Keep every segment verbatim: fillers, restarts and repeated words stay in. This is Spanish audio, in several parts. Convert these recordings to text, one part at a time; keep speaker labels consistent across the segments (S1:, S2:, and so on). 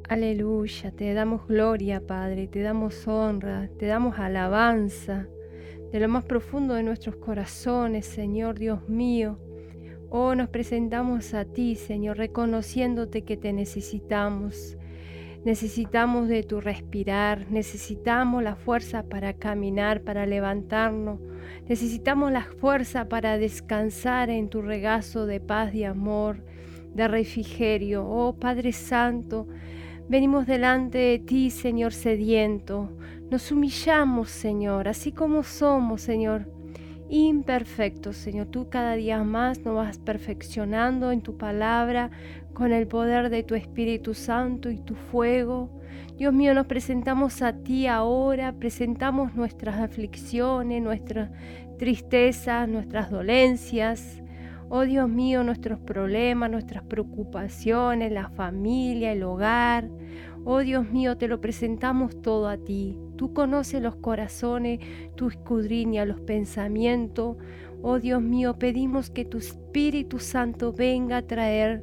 S1: Aleluya, te damos gloria, Padre, te damos honra, te damos alabanza de lo más profundo de nuestros corazones, Señor Dios mío. Oh, nos presentamos a ti, Señor, reconociéndote que te necesitamos. Necesitamos de tu respirar, necesitamos la fuerza para caminar, para levantarnos. Necesitamos la fuerza para descansar en tu regazo de paz, de amor, de refrigerio. Oh, Padre Santo, venimos delante de ti, Señor sediento. Nos humillamos, Señor, así como somos, Señor, imperfectos, Señor. Tú cada día más nos vas perfeccionando en tu palabra con el poder de tu Espíritu Santo y tu fuego. Dios mío, nos presentamos a ti ahora, presentamos nuestras aflicciones, nuestras tristezas, nuestras dolencias. Oh Dios mío, nuestros problemas, nuestras preocupaciones, la familia, el hogar. Oh Dios mío, te lo presentamos todo a ti. Tú conoces los corazones, tú escudriñas los pensamientos. Oh Dios mío, pedimos que tu Espíritu Santo venga a traer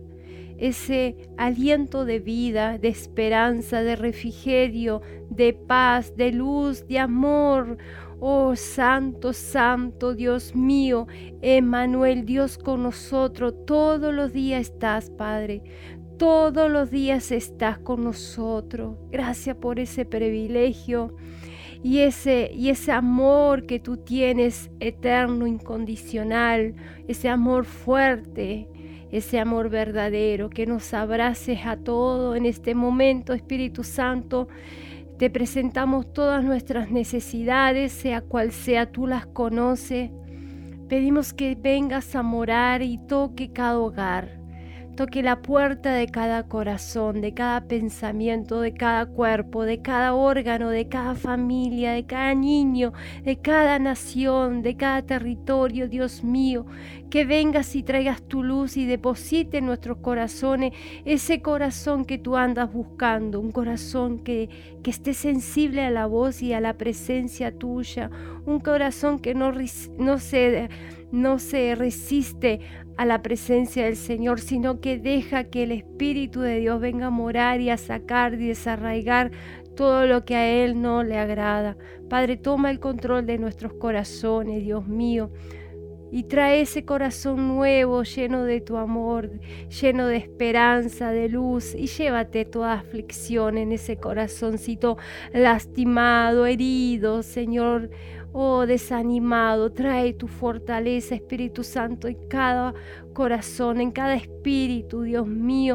S1: ese aliento de vida, de esperanza, de refrigerio, de paz, de luz, de amor. Oh Santo, Santo, Dios mío, Emmanuel, Dios con nosotros, todos los días estás, Padre. Todos los días estás con nosotros. Gracias por ese privilegio y ese, y ese amor que tú tienes, eterno, incondicional, ese amor fuerte, ese amor verdadero, que nos abraces a todos en este momento, Espíritu Santo. Te presentamos todas nuestras necesidades, sea cual sea, tú las conoces. Pedimos que vengas a morar y toque cada hogar. Toque la puerta de cada corazón, de cada pensamiento, de cada cuerpo, de cada órgano, de cada familia, de cada niño, de cada nación, de cada territorio, Dios mío. Que vengas y traigas tu luz y deposite en nuestros corazones ese corazón que tú andas buscando, un corazón que, que esté sensible a la voz y a la presencia tuya, un corazón que no, no se... no se resiste a la presencia del Señor, sino que deja que el Espíritu de Dios venga a morar y a sacar y desarraigar todo lo que a Él no le agrada. Padre, toma el control de nuestros corazones, Dios mío, y trae ese corazón nuevo, lleno de tu amor, lleno de esperanza, de luz, y llévate toda aflicción en ese corazoncito lastimado, herido, Señor. Oh, desanimado, trae tu fortaleza, Espíritu Santo, en cada corazón, en cada espíritu, Dios mío.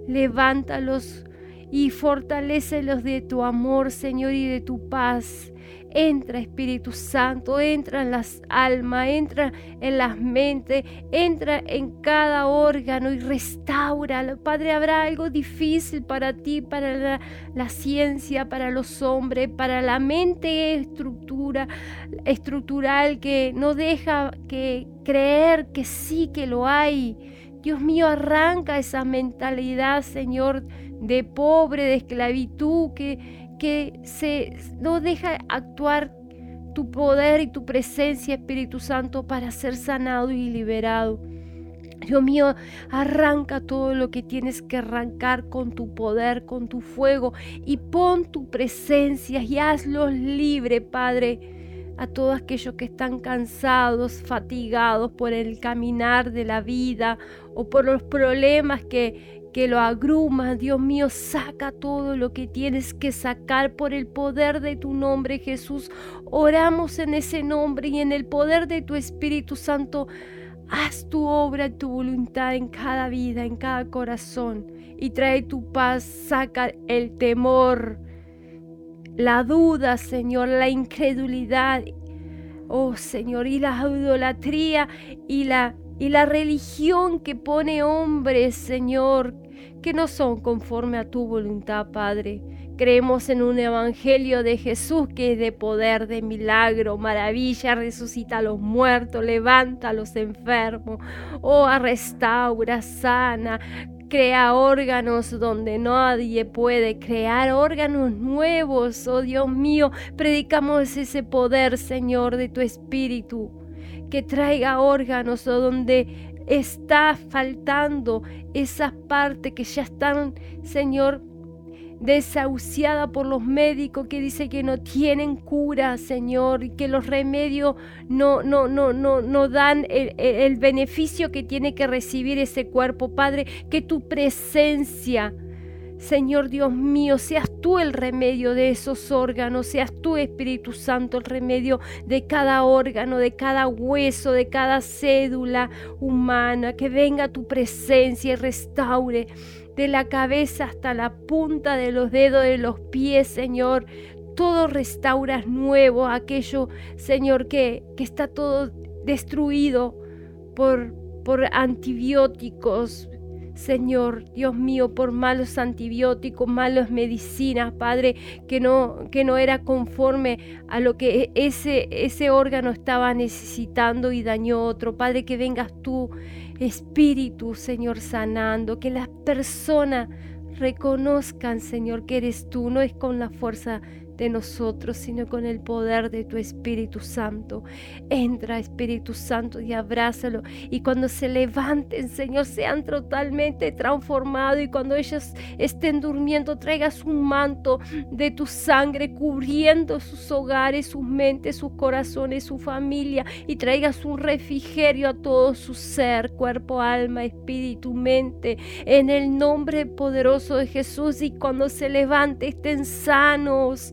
S1: Levántalos y fortalécelos de tu amor, Señor, y de tu paz. Entra, Espíritu Santo, entra en las almas, entra en las mentes, entra en cada órgano y restaura. Padre, habrá algo difícil para ti, para la, la ciencia, para los hombres, para la mente estructura, estructural que no deja que creer que sí que lo hay. Dios mío, arranca esa mentalidad, Señor, de pobre, de esclavitud, que que se, no deja actuar tu poder y tu presencia, Espíritu Santo, para ser sanado y liberado. Dios mío, arranca todo lo que tienes que arrancar con tu poder, con tu fuego, y pon tu presencia y hazlos libres, Padre, a todos aquellos que están cansados, fatigados por el caminar de la vida o por los problemas que que lo abruma. Dios mío, saca todo lo que tienes que sacar por el poder de tu nombre, Jesús. Oramos en ese nombre y en el poder de tu Espíritu Santo. Haz tu obra, tu voluntad en cada vida, en cada corazón, y trae tu paz. Saca el temor, la duda, Señor, la incredulidad, oh Señor, y la idolatría y la Y la religión que pone hombres, Señor, que no son conforme a tu voluntad, Padre. Creemos en un evangelio de Jesús que es de poder, de milagro, maravilla, resucita a los muertos, levanta a los enfermos, oh, restaura, sana, crea órganos donde nadie puede, crear órganos nuevos, oh Dios mío. Predicamos ese poder, Señor, de tu Espíritu, que traiga órganos donde está faltando esas partes que ya están, Señor, desahuciada por los médicos que dice que no tienen cura, Señor, y que los remedios no, no, no, no, no dan el, el, el beneficio que tiene que recibir ese cuerpo. Padre, que tu presencia, Señor Dios mío, seas tú el remedio de esos órganos, seas tú, Espíritu Santo, el remedio de cada órgano, de cada hueso, de cada cédula humana. Que venga tu presencia y restaure de la cabeza hasta la punta de los dedos de los pies, Señor. Todo restauras nuevo, aquello, Señor, que, que está todo destruido por, por antibióticos, Señor, Dios mío, por malos antibióticos, malas medicinas, Padre, que no, que no era conforme a lo que ese, ese órgano estaba necesitando y dañó otro. Padre, que vengas tú, Espíritu, Señor, sanando, que las personas reconozcan, Señor, que eres tú, no es con la fuerza de nosotros, sino con el poder de tu Espíritu Santo. Entra, Espíritu Santo, y abrázalo, y cuando se levanten, Señor, sean totalmente transformados, y cuando ellos estén durmiendo, traigas un manto de tu sangre cubriendo sus hogares, sus mentes, sus corazones, su familia, y traigas un refrigerio a todo su ser, cuerpo, alma, espíritu, mente, en el nombre poderoso de Jesús. Y cuando se levante, estén sanos.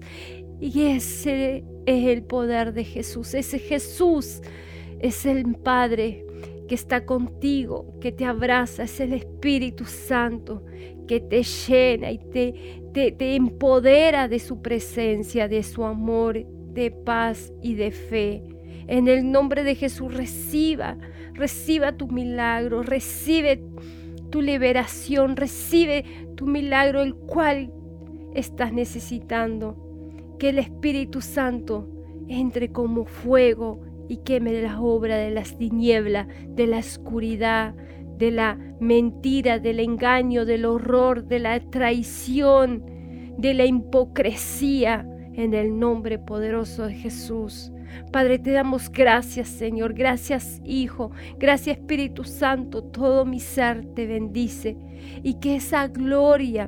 S1: Y ese es el poder de Jesús. Ese Jesús es el Padre que está contigo, que te abraza. Es el Espíritu Santo que te llena y te, te, te empodera de su presencia, de su amor, de paz y de fe. En el nombre de Jesús, reciba, reciba tu milagro, recibe tu liberación, recibe tu milagro, el cual estás necesitando. Que el Espíritu Santo entre como fuego y queme las obras de las tinieblas, de la oscuridad, de la mentira, del engaño, del horror, de la traición, de la hipocresía, en el nombre poderoso de Jesús. Padre, te damos gracias, Señor, gracias, Hijo, gracias, Espíritu Santo. Todo mi ser te bendice, y que esa gloria,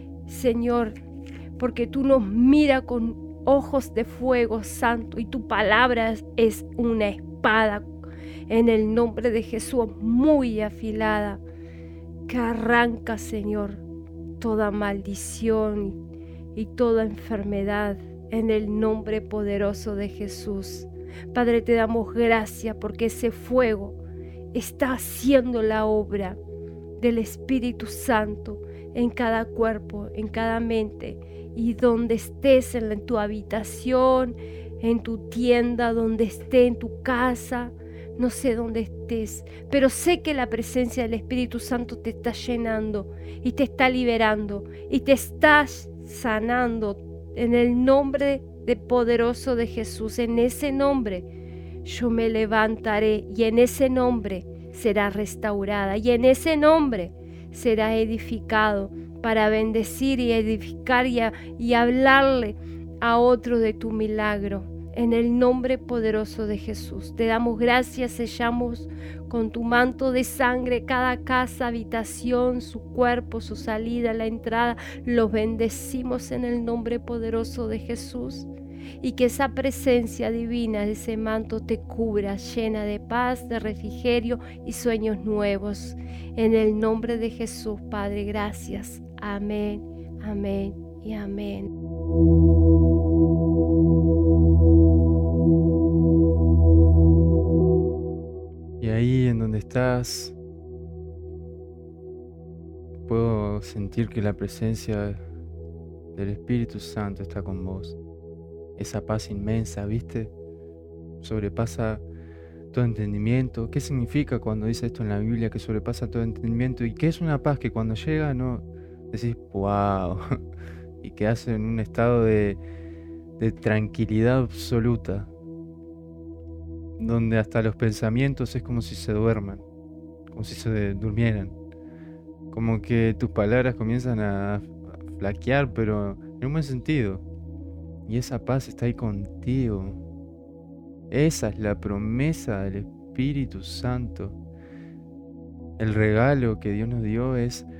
S1: Señor, porque tú nos miras con ojos de fuego santo, y tu palabra es una espada, en el nombre de Jesús, muy afilada, que arranca, Señor, toda maldición y toda enfermedad, en el nombre poderoso de Jesús. Padre, te damos gracias porque ese fuego está haciendo la obra del Espíritu Santo en cada cuerpo, en cada mente, y donde estés, en, la, en tu habitación, en tu tienda, donde esté, en tu casa, no sé dónde estés, pero sé que la presencia del Espíritu Santo te está llenando y te está liberando y te está sanando, en el nombre de poderoso de Jesús. En ese nombre yo me levantaré, y en ese nombre será restaurada, y en ese nombre será edificado, para bendecir y edificar y, a, y hablarle a otro de tu milagro. En el nombre poderoso de Jesús te damos gracias. Sellamos con tu manto de sangre cada casa, habitación, su cuerpo, su salida, la entrada. Los bendecimos en el nombre poderoso de Jesús, y que esa presencia divina de ese manto te cubra, llena de paz, de refrigerio y sueños nuevos. En el nombre de Jesús, Padre, gracias. Amén, amén y amén.
S2: Y ahí en donde estás, puedo sentir que la presencia del Espíritu Santo está con vos. Esa paz inmensa, ¿viste? Sobrepasa todo entendimiento. ¿Qué significa cuando dice esto en la Biblia, que sobrepasa todo entendimiento? Y que es una paz que cuando llega no decís, wow, y quedás en un estado de, de tranquilidad absoluta, donde hasta los pensamientos es como si se duerman, como si se durmieran, como que tus palabras comienzan a flaquear, pero en un buen sentido, y esa paz está ahí contigo. Esa es la promesa del Espíritu Santo. El regalo que Dios nos dio es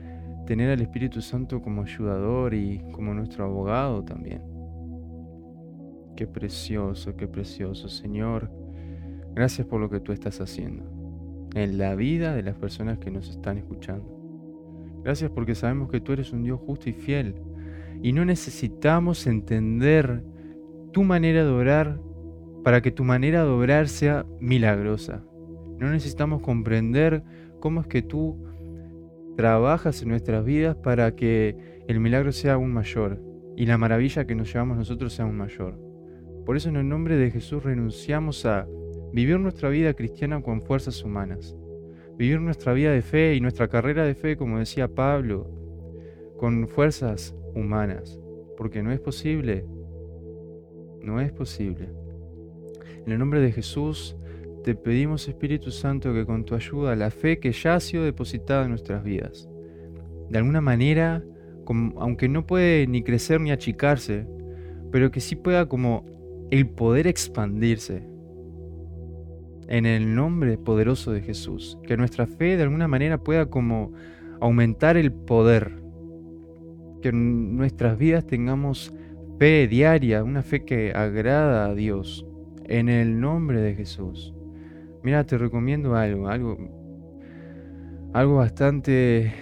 S2: tener al Espíritu Santo como ayudador y como nuestro abogado también. Qué precioso, qué precioso, Señor. Gracias por lo que tú estás haciendo en la vida de las personas que nos están escuchando. Gracias porque sabemos que tú eres un Dios justo y fiel y no necesitamos entender tu manera de orar para que tu manera de obrar sea milagrosa. No necesitamos comprender cómo es que tú trabajas en nuestras vidas para que el milagro sea aún mayor y la maravilla que nos llevamos nosotros sea aún mayor. Por eso en el nombre de Jesús renunciamos a vivir nuestra vida cristiana con fuerzas humanas, vivir nuestra vida de fe y nuestra carrera de fe, como decía Pablo, con fuerzas humanas, porque no es posible, no es posible. En el nombre de Jesús te pedimos, Espíritu Santo, que con tu ayuda la fe que ya ha sido depositada en nuestras vidas, de alguna manera, como, aunque no puede ni crecer ni achicarse, pero que sí pueda como el poder expandirse, en el nombre poderoso de Jesús, que nuestra fe de alguna manera pueda como aumentar el poder, que en nuestras vidas tengamos fe diaria, una fe que agrada a Dios, en el nombre de Jesús. Mira, te recomiendo algo, algo, algo bastante,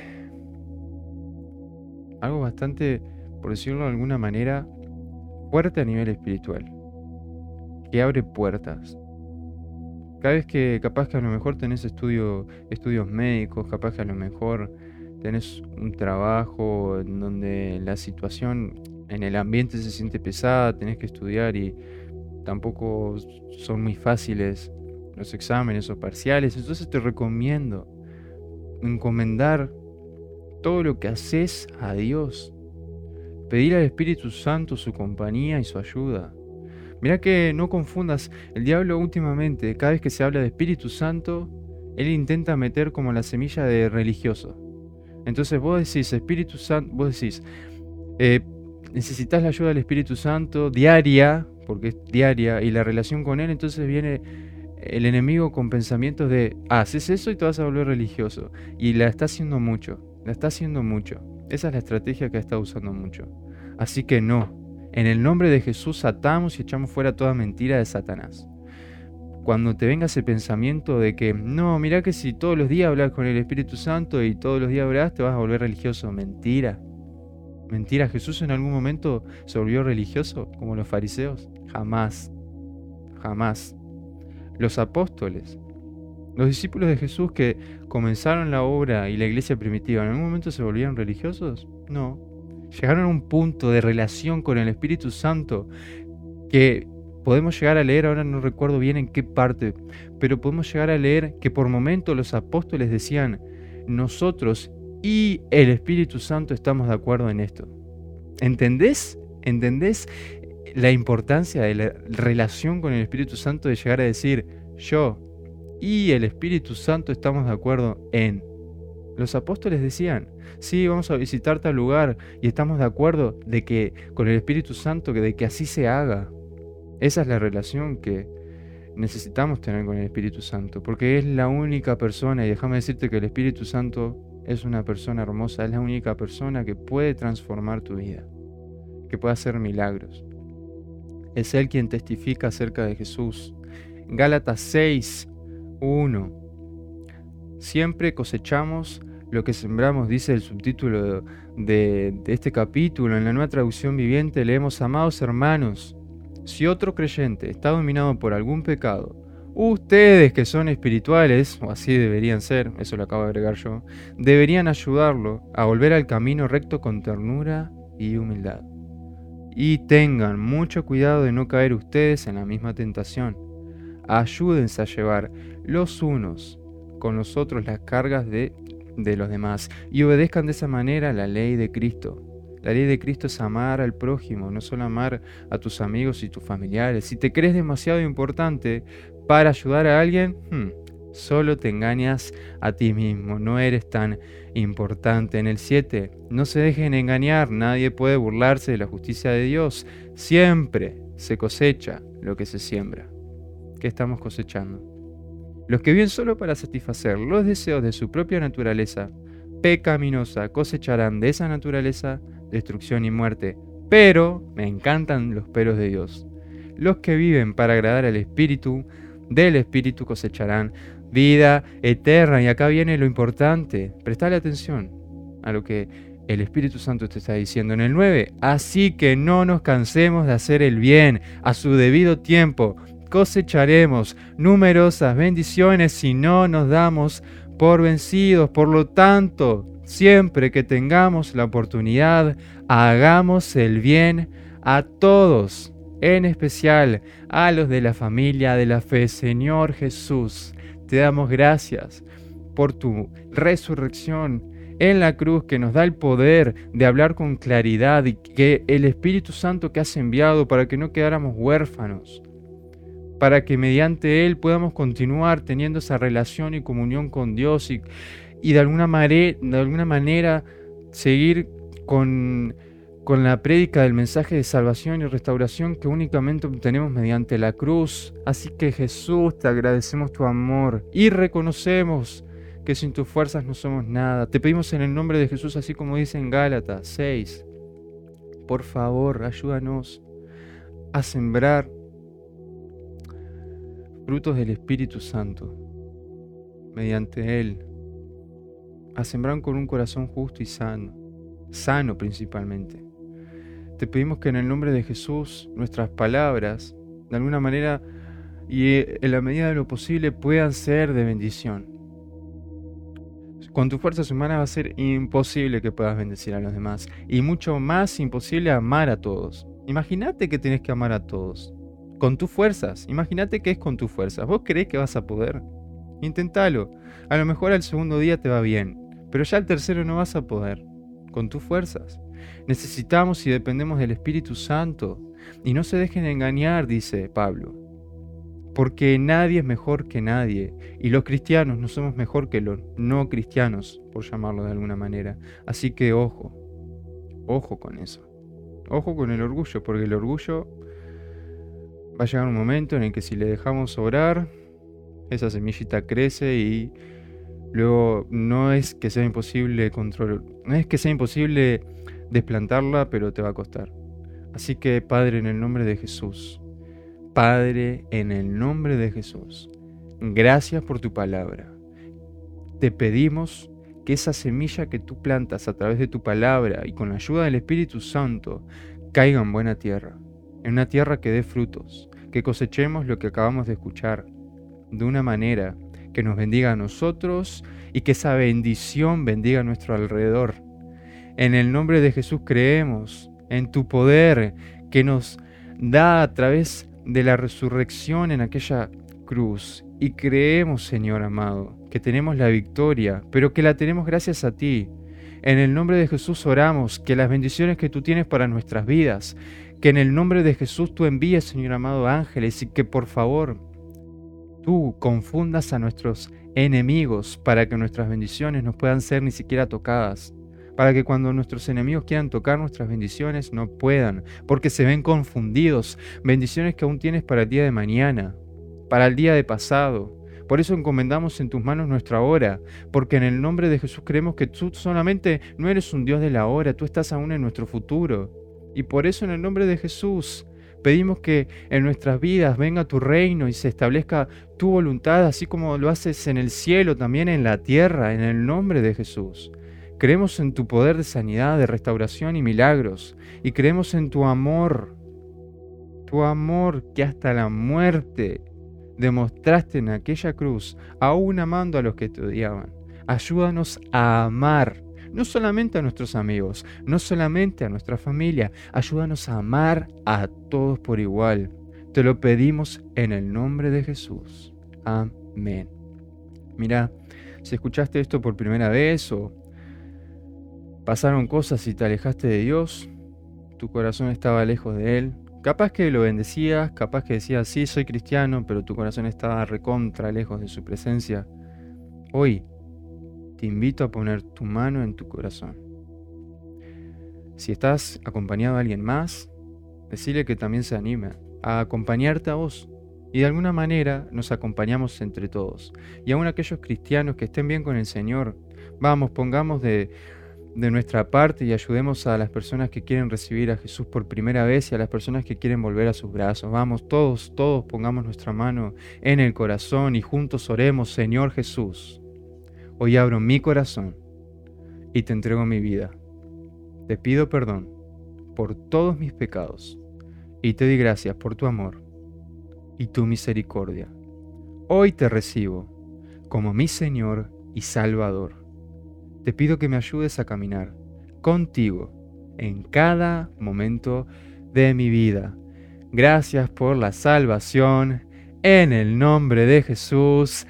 S2: algo bastante, por decirlo de alguna manera, fuerte a nivel espiritual, que abre puertas. Cada vez que capaz que a lo mejor tenés estudio, estudios médicos, capaz que a lo mejor tenés un trabajo en donde la situación en el ambiente se siente pesada, tenés que estudiar y tampoco son muy fáciles los exámenes o parciales, entonces te recomiendo encomendar todo lo que haces a Dios, pedir al Espíritu Santo su compañía y su ayuda. Mirá que no confundas, el diablo últimamente, cada vez que se habla de Espíritu Santo, él intenta meter como la semilla de religioso. Entonces vos decís, Espíritu Santo, vos decís, eh, necesitas la ayuda del Espíritu Santo diaria, porque es diaria, y la relación con él, entonces viene el enemigo con pensamientos de, ah, haces eso y te vas a volver religioso. Y la está haciendo mucho, la está haciendo mucho. Esa es la estrategia que está usando mucho. Así que no. En el nombre de Jesús atamos y echamos fuera toda mentira de Satanás. Cuando te venga ese pensamiento de que, no, mirá que si todos los días hablas con el Espíritu Santo y todos los días orás, te vas a volver religioso. Mentira. Mentira. ¿Jesús en algún momento se volvió religioso como los fariseos? Jamás. Jamás. Los apóstoles, los discípulos de Jesús que comenzaron la obra y la iglesia primitiva, ¿en algún momento se volvieron religiosos? No. Llegaron a un punto de relación con el Espíritu Santo que podemos llegar a leer, ahora no recuerdo bien en qué parte, pero podemos llegar a leer que por momentos los apóstoles decían, nosotros y el Espíritu Santo estamos de acuerdo en esto. ¿Entendés? ¿Entendés la importancia de la relación con el Espíritu Santo, de llegar a decir, yo y el Espíritu Santo estamos de acuerdo en? Los apóstoles decían, sí, vamos a visitar tal lugar y estamos de acuerdo de que con el Espíritu Santo, que de que así se haga. Esa es la relación que necesitamos tener con el Espíritu Santo, porque es la única persona, y déjame decirte que el Espíritu Santo es una persona hermosa, es la única persona que puede transformar tu vida, que puede hacer milagros. Es Él quien testifica acerca de Jesús. Gálatas seis, uno. Siempre cosechamos lo que sembramos, dice el subtítulo de, de este capítulo. En la Nueva Traducción Viviente leemos, amados hermanos, si otro creyente está dominado por algún pecado, ustedes que son espirituales, o así deberían ser, eso lo acabo de agregar yo, deberían ayudarlo a volver al camino recto con ternura y humildad. Y tengan mucho cuidado de no caer ustedes en la misma tentación. Ayúdense a llevar los unos con los otros las cargas de, de los demás y obedezcan de esa manera la ley de Cristo. La ley de Cristo es amar al prójimo, no solo amar a tus amigos y tus familiares. Si te crees demasiado importante para ayudar a alguien, hmm, solo te engañas a ti mismo, no eres tan importante. En el siete, no se dejen engañar, nadie puede burlarse de la justicia de Dios. Siempre se cosecha lo que se siembra. ¿Qué estamos cosechando? Los que viven solo para satisfacer los deseos de su propia naturaleza pecaminosa cosecharán de esa naturaleza destrucción y muerte. Pero, me encantan los peros de Dios, los que viven para agradar al Espíritu, del Espíritu cosecharán vida eterna. Y acá viene lo importante, prestale atención a lo que el Espíritu Santo te está diciendo en el nueve. Así que no nos cansemos de hacer el bien, a su debido tiempo cosecharemos numerosas bendiciones si no nos damos por vencidos. Por lo tanto, siempre que tengamos la oportunidad, hagamos el bien a todos, en especial a los de la familia de la fe. Señor Jesús, te damos gracias por tu resurrección en la cruz, que nos da el poder de hablar con claridad, y que el Espíritu Santo que has enviado para que no quedáramos huérfanos, para que mediante Él podamos continuar teniendo esa relación y comunión con Dios y, y de, alguna mare, de alguna manera seguir con, con la prédica del mensaje de salvación y restauración que únicamente obtenemos mediante la cruz. Así que Jesús, te agradecemos tu amor y reconocemos que sin tus fuerzas no somos nada. Te pedimos en el nombre de Jesús, así como dice en Gálatas seis, por favor, ayúdanos a sembrar frutos del Espíritu Santo mediante Él, a sembrar con un corazón justo y sano, sano principalmente. Te pedimos que en el nombre de Jesús nuestras palabras, de alguna manera y en la medida de lo posible, puedan ser de bendición. Con tus fuerzas humanas va a ser imposible que puedas bendecir a los demás, y mucho más imposible amar a todos. Imagínate que tenés que amar a todos con tus fuerzas. Imagínate que es con tus fuerzas. ¿Vos creés que vas a poder? Intentalo. A lo mejor al segundo día te va bien, pero ya al tercero no vas a poder con tus fuerzas. Necesitamos y dependemos del Espíritu Santo. Y no se dejen engañar, dice Pablo, porque nadie es mejor que nadie, y los cristianos no somos mejor que los no cristianos, por llamarlo de alguna manera. Así que ojo, ojo con eso. Ojo con el orgullo, porque el orgullo va a llegar un momento en el que si le dejamos obrar, esa semillita crece y luego no es que sea imposible controlar, no es que sea imposible desplantarla, pero te va a costar. Así que, Padre, en el nombre de Jesús, Padre, en el nombre de Jesús, gracias por tu palabra. Te pedimos que esa semilla que tú plantas a través de tu palabra y con la ayuda del Espíritu Santo caiga en buena tierra, en una tierra que dé frutos, que cosechemos lo que acabamos de escuchar, de una manera que nos bendiga a nosotros y que esa bendición bendiga a nuestro alrededor. En el nombre de Jesús creemos en tu poder que nos da a través de la resurrección en aquella cruz. Y creemos, Señor amado, que tenemos la victoria, pero que la tenemos gracias a ti. En el nombre de Jesús oramos que las bendiciones que tú tienes para nuestras vidas, que en el nombre de Jesús tú envíes, Señor amado, ángeles, y que por favor tú confundas a nuestros enemigos para que nuestras bendiciones no puedan ser ni siquiera tocadas. Para que cuando nuestros enemigos quieran tocar nuestras bendiciones no puedan, porque se ven confundidos. Bendiciones que aún tienes para el día de mañana, para el día de pasado. Por eso encomendamos en tus manos nuestra hora, porque en el nombre de Jesús creemos que tú solamente no eres un Dios de la hora, tú estás aún en nuestro futuro. Y por eso en el nombre de Jesús pedimos que en nuestras vidas venga tu reino y se establezca tu voluntad, así como lo haces en el cielo, también en la tierra, en el nombre de Jesús. Creemos en tu poder de sanidad, de restauración y milagros. Y creemos en tu amor. Tu amor que hasta la muerte demostraste en aquella cruz, aún amando a los que te odiaban. Ayúdanos a amar, no solamente a nuestros amigos, no solamente a nuestra familia. Ayúdanos a amar a todos por igual. Te lo pedimos en el nombre de Jesús. Amén. Mira, si escuchaste esto por primera vez o pasaron cosas y te alejaste de Dios, tu corazón estaba lejos de Él, capaz que lo bendecías, capaz que decías, sí, soy cristiano, pero tu corazón estaba recontra lejos de su presencia. Hoy te invito a poner tu mano en tu corazón. Si estás acompañado de alguien más, decirle que también se anime a acompañarte a vos. Y de alguna manera nos acompañamos entre todos. Y aún aquellos cristianos que estén bien con el Señor, Vamos, pongamos de, de nuestra parte y ayudemos a las personas que quieren recibir a Jesús por primera vez y a las personas que quieren volver a sus brazos. Vamos, todos, todos pongamos nuestra mano en el corazón y juntos oremos. Señor Jesús, hoy abro mi corazón y te entrego mi vida. Te pido perdón por todos mis pecados y te doy gracias por tu amor y tu misericordia. Hoy te recibo como mi Señor y Salvador. Te pido que me ayudes a caminar contigo en cada momento de mi vida. Gracias por la salvación. En el nombre de Jesús.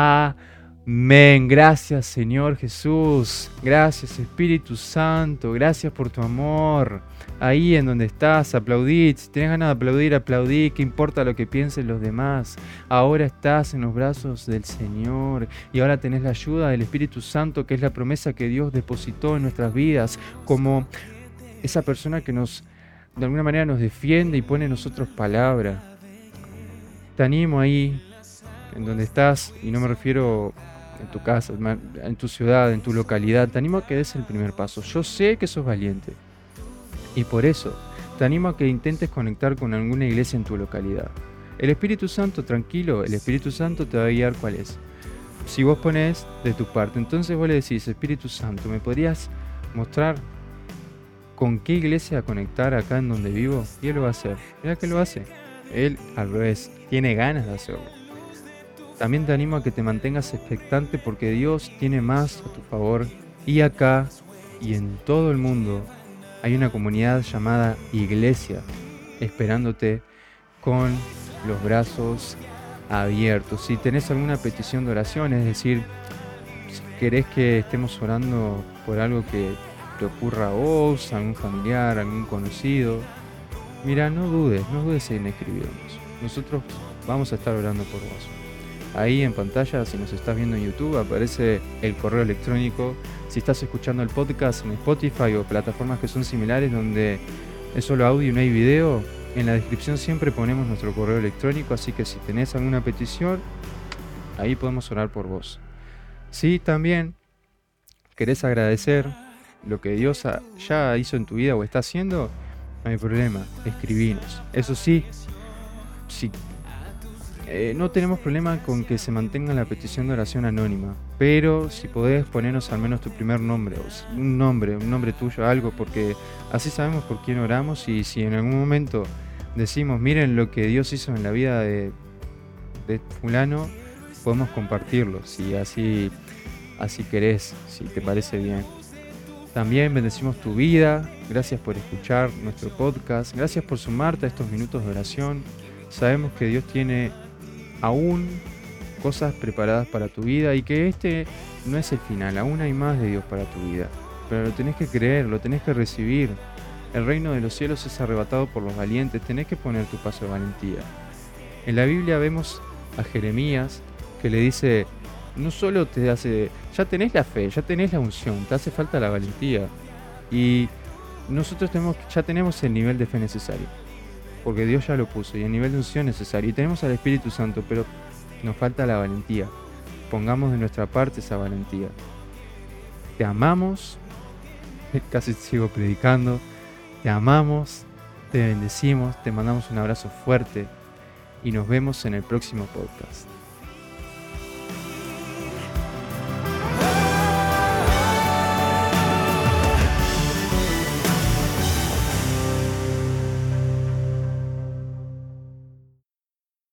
S2: Amén. Gracias, Señor Jesús. Gracias, Espíritu Santo. Gracias por tu amor. Ahí en donde estás, aplaudid. Si tienes ganas de aplaudir, aplaudí. ¿Qué importa lo que piensen los demás? Ahora estás en los brazos del Señor y ahora tenés la ayuda del Espíritu Santo, que es la promesa que Dios depositó en nuestras vidas, como esa persona que nos, de alguna manera, nos defiende y pone en nosotros palabra. Te animo ahí, en donde estás, y no me refiero en tu casa, en tu ciudad, en tu localidad, te animo a que des el primer paso. Yo sé que sos valiente. Y por eso, te animo a que intentes conectar con alguna iglesia en tu localidad. El Espíritu Santo, tranquilo, el Espíritu Santo te va a guiar cuál es. Si vos pones de tu parte, entonces vos le decís, Espíritu Santo, ¿me podrías mostrar con qué iglesia conectar acá en donde vivo? Y Él lo va a hacer. Mira que lo hace. Él, al revés, tiene ganas de hacerlo. También te animo a que te mantengas expectante porque Dios tiene más a tu favor. Y acá y en todo el mundo hay una comunidad llamada Iglesia, esperándote con los brazos abiertos. Si tenés alguna petición de oración, es decir, si querés que estemos orando por algo que te ocurra a vos, a algún familiar, a algún conocido, mira, no dudes, no dudes en escribirnos. Nosotros vamos a estar orando por vos. Ahí en pantalla, si nos estás viendo en YouTube, aparece el correo electrónico. Si estás escuchando el podcast en Spotify o plataformas que son similares donde es solo audio y no hay video, en la descripción siempre ponemos nuestro correo electrónico, así que si tenés alguna petición, ahí podemos orar por vos. Si también querés agradecer lo que Dios ya hizo en tu vida o está haciendo, no hay problema, escribinos. Eso sí, si Eh, no tenemos problema con que se mantenga la petición de oración anónima, pero si podés ponernos al menos tu primer nombre, o un nombre, un nombre tuyo, algo, porque así sabemos por quién oramos y si en algún momento decimos, miren lo que Dios hizo en la vida de, de fulano, podemos compartirlo, si así, así querés, si te parece bien. También bendecimos tu vida, gracias por escuchar nuestro podcast, gracias por sumarte a estos minutos de oración. Sabemos que Dios tiene aún cosas preparadas para tu vida y que este no es el final, aún hay más de Dios para tu vida, pero lo tenés que creer, lo tenés que recibir. El reino de los cielos es arrebatado por los valientes, tenés que poner tu paso de valentía. En la Biblia vemos a Jeremías que le dice, no solo te hace, ya tenés la fe, ya tenés la unción, te hace falta la valentía, y nosotros tenemos, ya tenemos el nivel de fe necesario, porque Dios ya lo puso, y el nivel de unción necesario, y tenemos al Espíritu Santo, pero nos falta la valentía. Pongamos de nuestra parte esa valentía. Te amamos, casi sigo predicando, te amamos, te bendecimos, te mandamos un abrazo fuerte, y nos vemos en el próximo podcast.